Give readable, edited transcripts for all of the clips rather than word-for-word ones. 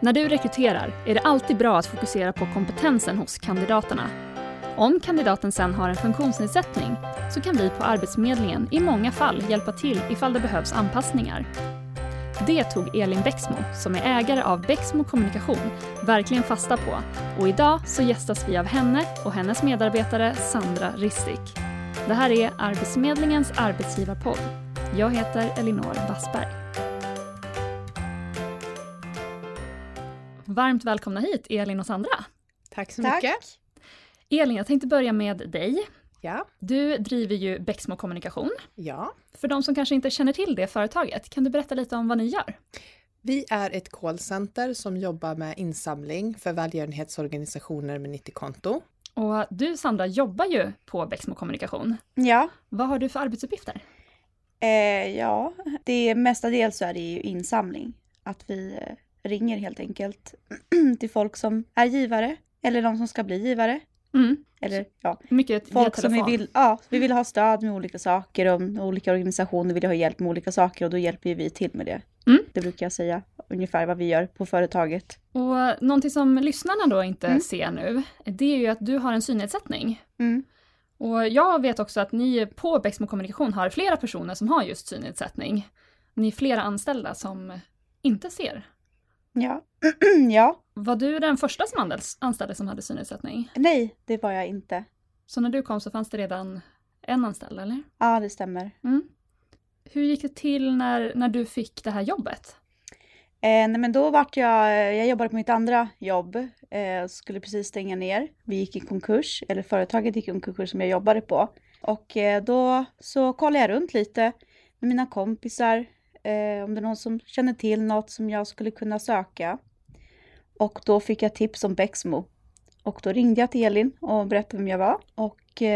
När du rekryterar är det alltid bra att fokusera på kompetensen hos kandidaterna. Om kandidaten sedan har en funktionsnedsättning så kan vi på Arbetsförmedlingen i många fall hjälpa till ifall det behövs anpassningar. Det tog Elin Bäcksmo, som är ägare av Bäcksmo Kommunikation, verkligen fasta på. Och idag så gästas vi av henne och hennes medarbetare Sandra Ristik. Det här är Arbetsförmedlingens arbetsgivarpodd. Jag heter Elinor Wassberg. Varmt välkomna hit Elin och Sandra. Tack så mycket. Elin, jag tänkte börja med dig. Ja. Du driver ju Bäcksmo Kommunikation. Ja. För de som kanske inte känner till det företaget, kan du berätta lite om vad ni gör? Vi är ett callcenter som jobbar med insamling för välgörenhetsorganisationer med 90-konto. Och du Sandra jobbar ju på Bäcksmo Kommunikation. Ja. Vad har du för arbetsuppgifter? Ja, det mestadels så är det ju insamling. Att vi ringer helt enkelt till folk som är givare eller de som ska bli givare. Eller ja, mycket folk som vi vill ha stöd med olika saker och olika organisationer vill ha hjälp med olika saker och då hjälper vi till med det. Det brukar jag säga ungefär vad vi gör på företaget. Och någonting som lyssnarna då inte ser nu, det är ju att du har en synnedsättning. Och jag vet också att ni på Bäcksmo Kommunikation har flera personer som har just synnedsättning. Ni är flera anställda som inte ser. Ja. Ja. Var du den första som anställde som hade synnedsättning? Nej, det var jag inte. Så när du kom så fanns det redan en anställd, eller? Ja, det stämmer. Hur gick det till när du fick det här jobbet? Nej, men då vart jag jobbade på mitt andra jobb. Skulle precis stänga ner. Vi gick i konkurs, eller företaget gick i konkurs som jag jobbade på. Och då så kollade jag runt lite med mina kompisar. Om det är någon som känner till något som jag skulle kunna söka. Och då fick jag tips om Bäcksmo. Och då ringde jag till Elin och berättade vem jag var. Och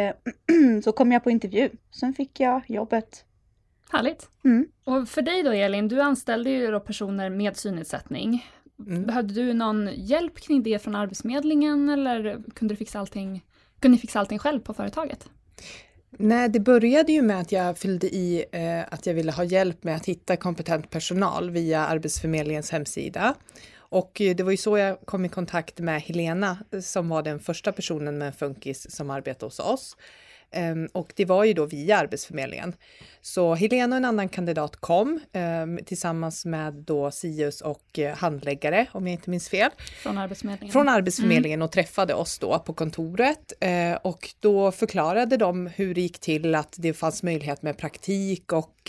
så kom jag på intervju. Sen fick jag jobbet. Härligt. Och för dig då Elin, du anställde ju då personer med synnedsättning. Behövde du någon hjälp kring det från Arbetsförmedlingen eller kunde ni fixa allting själv på företaget? Nej, det började ju med att jag fyllde i att jag ville ha hjälp med att hitta kompetent personal via Arbetsförmedlingens hemsida. Och det var ju så jag kom i kontakt med Helena som var den första personen med en funkis som arbetade hos oss. Och det var ju då via Arbetsförmedlingen. Så Helena och en annan kandidat kom tillsammans med då Sius och handläggare, om jag inte minns fel. Från Arbetsförmedlingen och träffade oss då på kontoret. Och då förklarade de hur det gick till att det fanns möjlighet med praktik och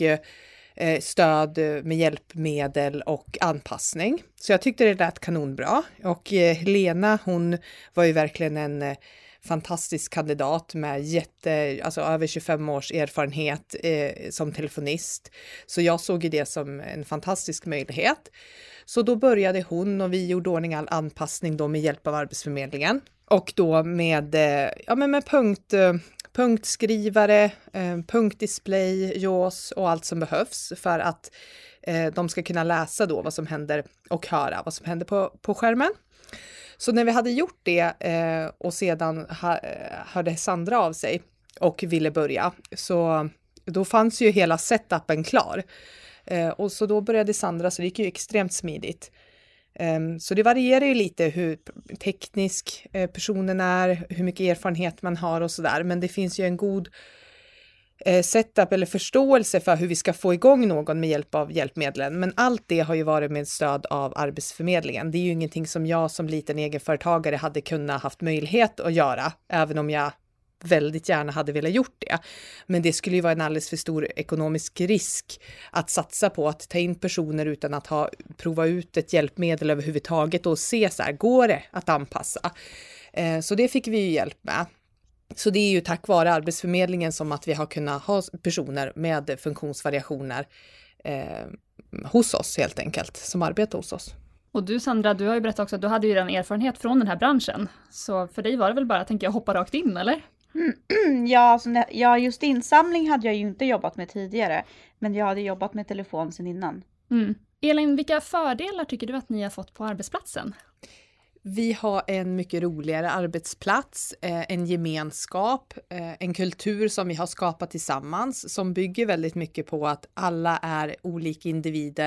stöd med hjälpmedel och anpassning. Så jag tyckte det lät kanonbra. Och Helena, hon var ju verkligen en fantastisk kandidat med över 25 års erfarenhet som telefonist. Så jag såg ju det som en fantastisk möjlighet. Så då började hon och vi gjorde ordning all anpassning då med hjälp av Arbetsförmedlingen. Och då med punktskrivare, punktdisplay, JAWS och allt som behövs för att de ska kunna läsa då vad som händer och höra vad som händer på skärmen. Så när vi hade gjort det och sedan hörde Sandra av sig och ville börja, så då fanns ju hela setupen klar. Och så då började Sandra, så det gick ju extremt smidigt. Så det varierar ju lite hur teknisk personen är, hur mycket erfarenhet man har och sådär. Men det finns ju en god setup eller förståelse för hur vi ska få igång någon med hjälp av hjälpmedlen. Men allt det har ju varit med stöd av Arbetsförmedlingen. Det är ju ingenting som jag som liten egenföretagare hade kunnat haft möjlighet att göra, även om jag väldigt gärna hade velat gjort det. Men det skulle ju vara en alldeles för stor ekonomisk risk att satsa på att ta in personer utan att ha prova ut ett hjälpmedel överhuvudtaget och se så här, går det att anpassa? Så det fick vi ju hjälp med. Så det är ju tack vare Arbetsförmedlingen som att vi har kunnat ha personer med funktionsvariationer hos oss helt enkelt, som arbetar hos oss. Och du Sandra, du har ju berättat också att du hade ju redan erfarenhet från den här branschen. Så för dig var det väl bara, tänker jag, hoppa rakt in, eller? Ja, just insamling hade jag ju inte jobbat med tidigare. Men jag hade jobbat med telefon sedan innan. Elin, vilka fördelar tycker du att ni har fått på arbetsplatsen? Vi har en mycket roligare arbetsplats, en gemenskap, en kultur som vi har skapat tillsammans som bygger väldigt mycket på att alla är olika individer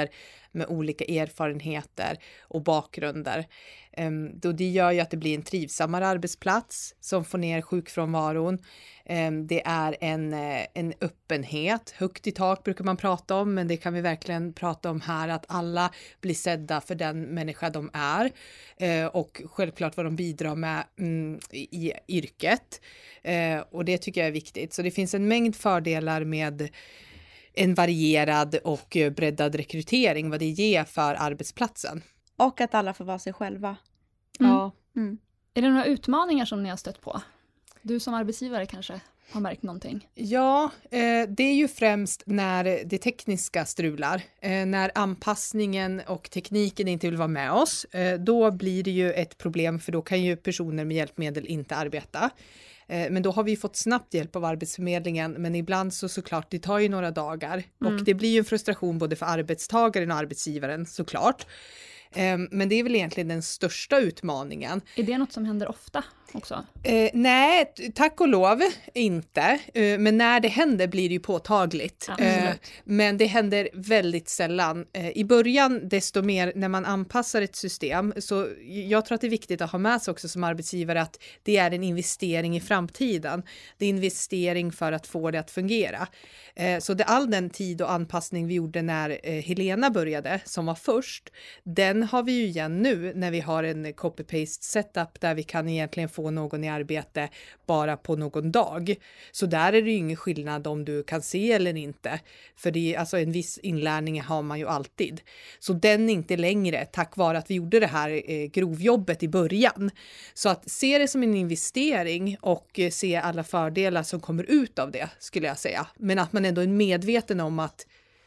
med olika erfarenheter och bakgrunder. Då det gör ju att det blir en trivsammare arbetsplats som får ner sjukfrånvaron. Det är en öppenhet, högt i tak brukar man prata om, men det kan vi verkligen prata om här, att alla blir sedda för den människa de är och självklart vad de bidrar med i yrket. Och det tycker jag är viktigt. Så det finns en mängd fördelar med en varierad och breddad rekrytering, vad det ger för arbetsplatsen. Och att alla får vara sig själva. Ja. Är det några utmaningar som ni har stött på? Du som arbetsgivare kanske har märkt någonting? Ja, det är ju främst när det tekniska strular. När anpassningen och tekniken inte vill vara med oss, då blir det ju ett problem, för då kan ju personer med hjälpmedel inte arbeta. Men då har vi fått snabbt hjälp av Arbetsförmedlingen, men ibland såklart, det tar ju några dagar. Och det blir ju en frustration både för arbetstagaren och arbetsgivaren såklart. Men det är väl egentligen den största utmaningen. Är det något som händer ofta också? Nej, tack och lov inte. Men när det händer blir det ju påtagligt. Men det händer väldigt sällan. I början desto mer när man anpassar ett system. Så jag tror att det är viktigt att ha med sig också som arbetsgivare att det är en investering i framtiden. Det är investering för att få det att fungera. Så all den tid och anpassning vi gjorde när Helena började, som var först, den har vi ju igen nu när vi har en copy-paste setup där vi kan egentligen få någon i arbete bara på någon dag. Så där är det ju ingen skillnad om du kan se eller inte. För det är, alltså en viss inlärning har man ju alltid. Så den är inte längre tack vare att vi gjorde det här grovjobbet i början. Så att se det som en investering och se alla fördelar som kommer ut av det skulle jag säga. Men att man ändå är medveten om att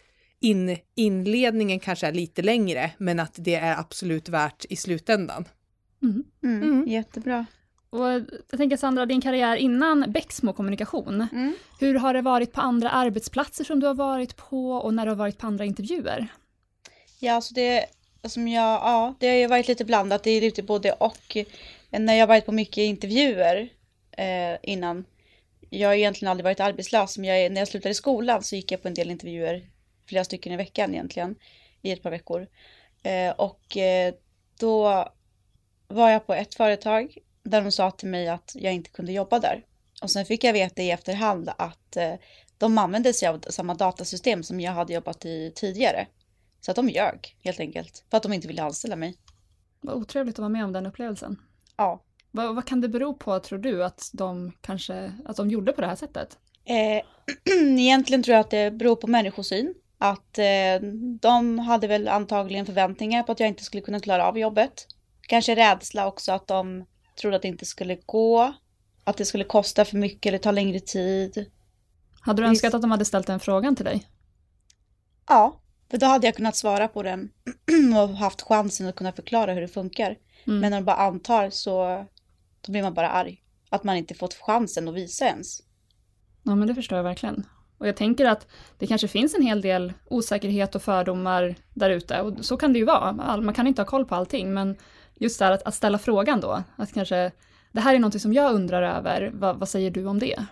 inledningen kanske är lite längre, men att det är absolut värt i slutändan. Jättebra. Och jag tänker Sandra, din karriär innan Bexmo kommunikation, hur har det varit på andra arbetsplatser som du har varit på och när du har varit på andra intervjuer? Ja, så det har ju varit lite blandat, det är lite både och. När jag har varit på mycket intervjuer innan, jag har egentligen aldrig varit arbetslös, men när jag slutade i skolan så gick jag på en del intervjuer, flera stycken i veckan egentligen, i ett par veckor. Då var jag på ett företag där de sa till mig att jag inte kunde jobba där. Och sen fick jag veta i efterhand att de använde sig av samma datasystem som jag hade jobbat i tidigare. Så att de ljög helt enkelt, för att de inte ville anställa mig. Vad otrevligt att vara med om den upplevelsen. Ja. Vad kan det bero på, tror du, att de gjorde på det här sättet? Egentligen tror jag att det beror på människosyn. Att de hade väl antagligen förväntningar på att jag inte skulle kunna klara av jobbet. Kanske rädsla också att de trodde att det inte skulle gå. Att det skulle kosta för mycket eller ta längre tid. Hade du önskat att de hade ställt den frågan till dig? Ja, för då hade jag kunnat svara på den och haft chansen att kunna förklara hur det funkar. Men när de bara antar så då blir man bara arg. Att man inte fått chansen att visa ens. Ja, men det förstår jag verkligen. Och jag tänker att det kanske finns en hel del osäkerhet och fördomar där ute. Och så kan det ju vara. Man kan inte ha koll på allting. Men just där att ställa frågan då. Att kanske, det här är något som jag undrar över. Vad säger du om det?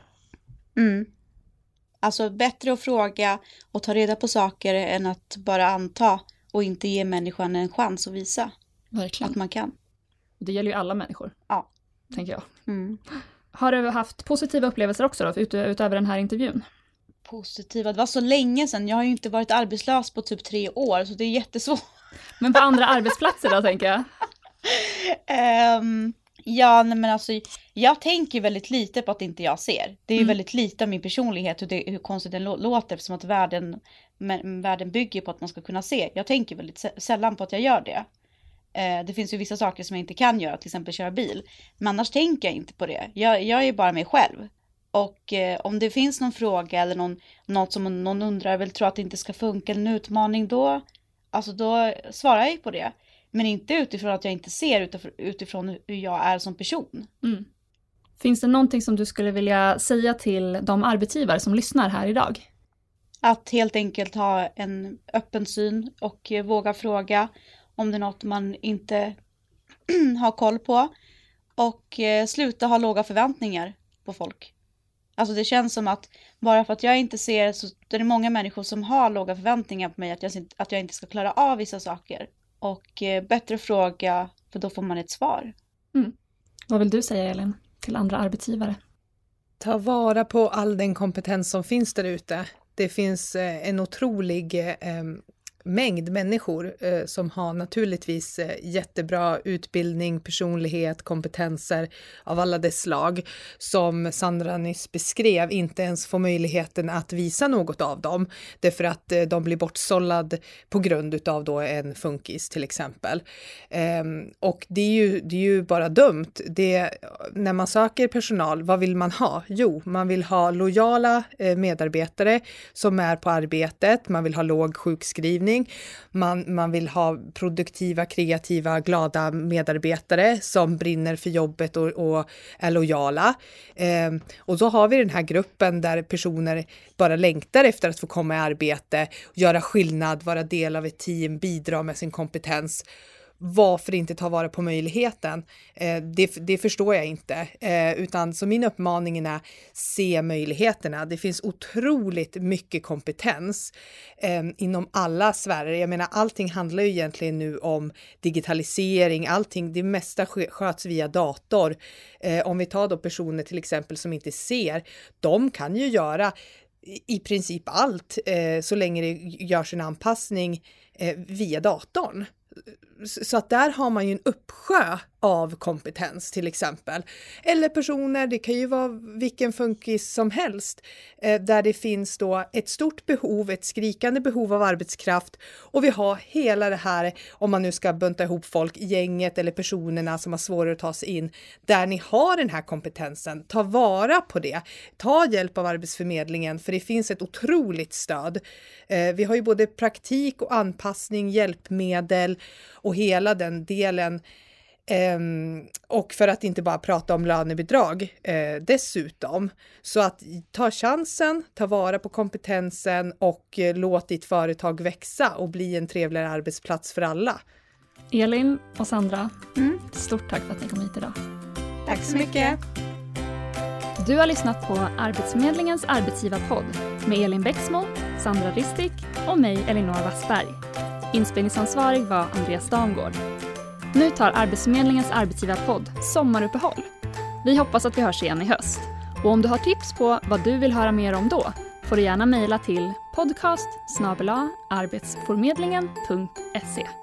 Alltså bättre att fråga och ta reda på saker än att bara anta. Och inte ge människan en chans att visa. Verkligen. Att man kan. Och det gäller ju alla människor. Ja. Tänker jag. Har du haft positiva upplevelser också då, utöver den här intervjun? Positiva? Det var så länge sedan. Jag har ju inte varit arbetslös på typ 3 år. Så det är jättesvårt. Men på andra arbetsplatser då, tänker jag? Ja, men alltså jag tänker väldigt lite på att inte jag ser. Det är ju väldigt lite av min personlighet, hur konstigt den låter, eftersom att världen bygger på att man ska kunna se. Jag tänker väldigt sällan på att jag gör det. Det finns ju vissa saker som jag inte kan göra, till exempel köra bil. Men annars tänker jag inte på det. Jag är bara mig själv. Och om det finns någon fråga eller något som någon undrar, eller tror att det inte ska funka, eller en utmaning, då svarar jag ju på det. Men inte utifrån att jag inte ser, utifrån hur jag är som person. Finns det någonting som du skulle vilja säga till de arbetsgivare som lyssnar här idag? Att helt enkelt ha en öppen syn och våga fråga om det är något man inte har koll på. Och sluta ha låga förväntningar på folk. Alltså det känns som att bara för att jag inte ser, så det är många människor som har låga förväntningar på mig att jag inte ska klara av vissa saker. Och bättre fråga, för då får man ett svar. Vad vill du säga, Elin, till andra arbetsgivare? Ta vara på all den kompetens som finns där ute. Det finns en otrolig mängd människor som har naturligtvis jättebra utbildning, personlighet, kompetenser av alla dess slag, som Sandra nyss beskrev, inte ens får möjligheten att visa något av dem, därför att de blir bortsållad på grund av då en funkis till exempel. Och det är ju bara dumt. När man söker personal, vad vill man ha? Jo, man vill ha lojala medarbetare som är på arbetet, man vill ha låg sjukskrivning, man vill ha produktiva, kreativa, glada medarbetare som brinner för jobbet och är lojala. Och så har vi den här gruppen där personer bara längtar efter att få komma i arbete, göra skillnad, vara del av ett team, bidra med sin kompetens. Varför inte ta vara på möjligheten? Det förstår jag inte. Utan så min uppmaning är se möjligheterna. Det finns otroligt mycket kompetens inom alla sfärer. Jag menar, allting handlar ju egentligen nu om digitalisering. Det mesta sköts via dator. Om vi tar då personer till exempel som inte ser, de kan ju göra i princip allt så länge det görs en anpassning via datorn. Så att där har man ju en uppsjö av kompetens till exempel. Eller personer, det kan ju vara vilken funkis som helst, där det finns då ett stort behov, ett skrikande behov av arbetskraft, och vi har hela det här, om man nu ska bunta ihop folk, gänget eller personerna som har svårare att ta sig in, där ni har den här kompetensen, ta vara på det. Ta hjälp av Arbetsförmedlingen, för det finns ett otroligt stöd. Vi har ju både praktik och anpassning, hjälpmedel och hela den delen. Och för att inte bara prata om lönebidrag dessutom. Så att ta chansen, ta vara på kompetensen och låt ditt företag växa och bli en trevligare arbetsplats för alla. Elin och Sandra, stort tack för att ni kom hit idag. Tack så mycket. Du har lyssnat på Arbetsförmedlingens arbetsgivarpodd med Elin Bäcksmo, Sandra Ristik och mig, Elinor Wassberg. Inspelningsansvarig var Andreas Damgård. Nu tar Arbetsförmedlingens arbetsgivarpodd sommaruppehåll. Vi hoppas att vi hörs igen i höst. Och om du har tips på vad du vill höra mer om då, får du gärna mejla till podcast@arbetsförmedlingen.se.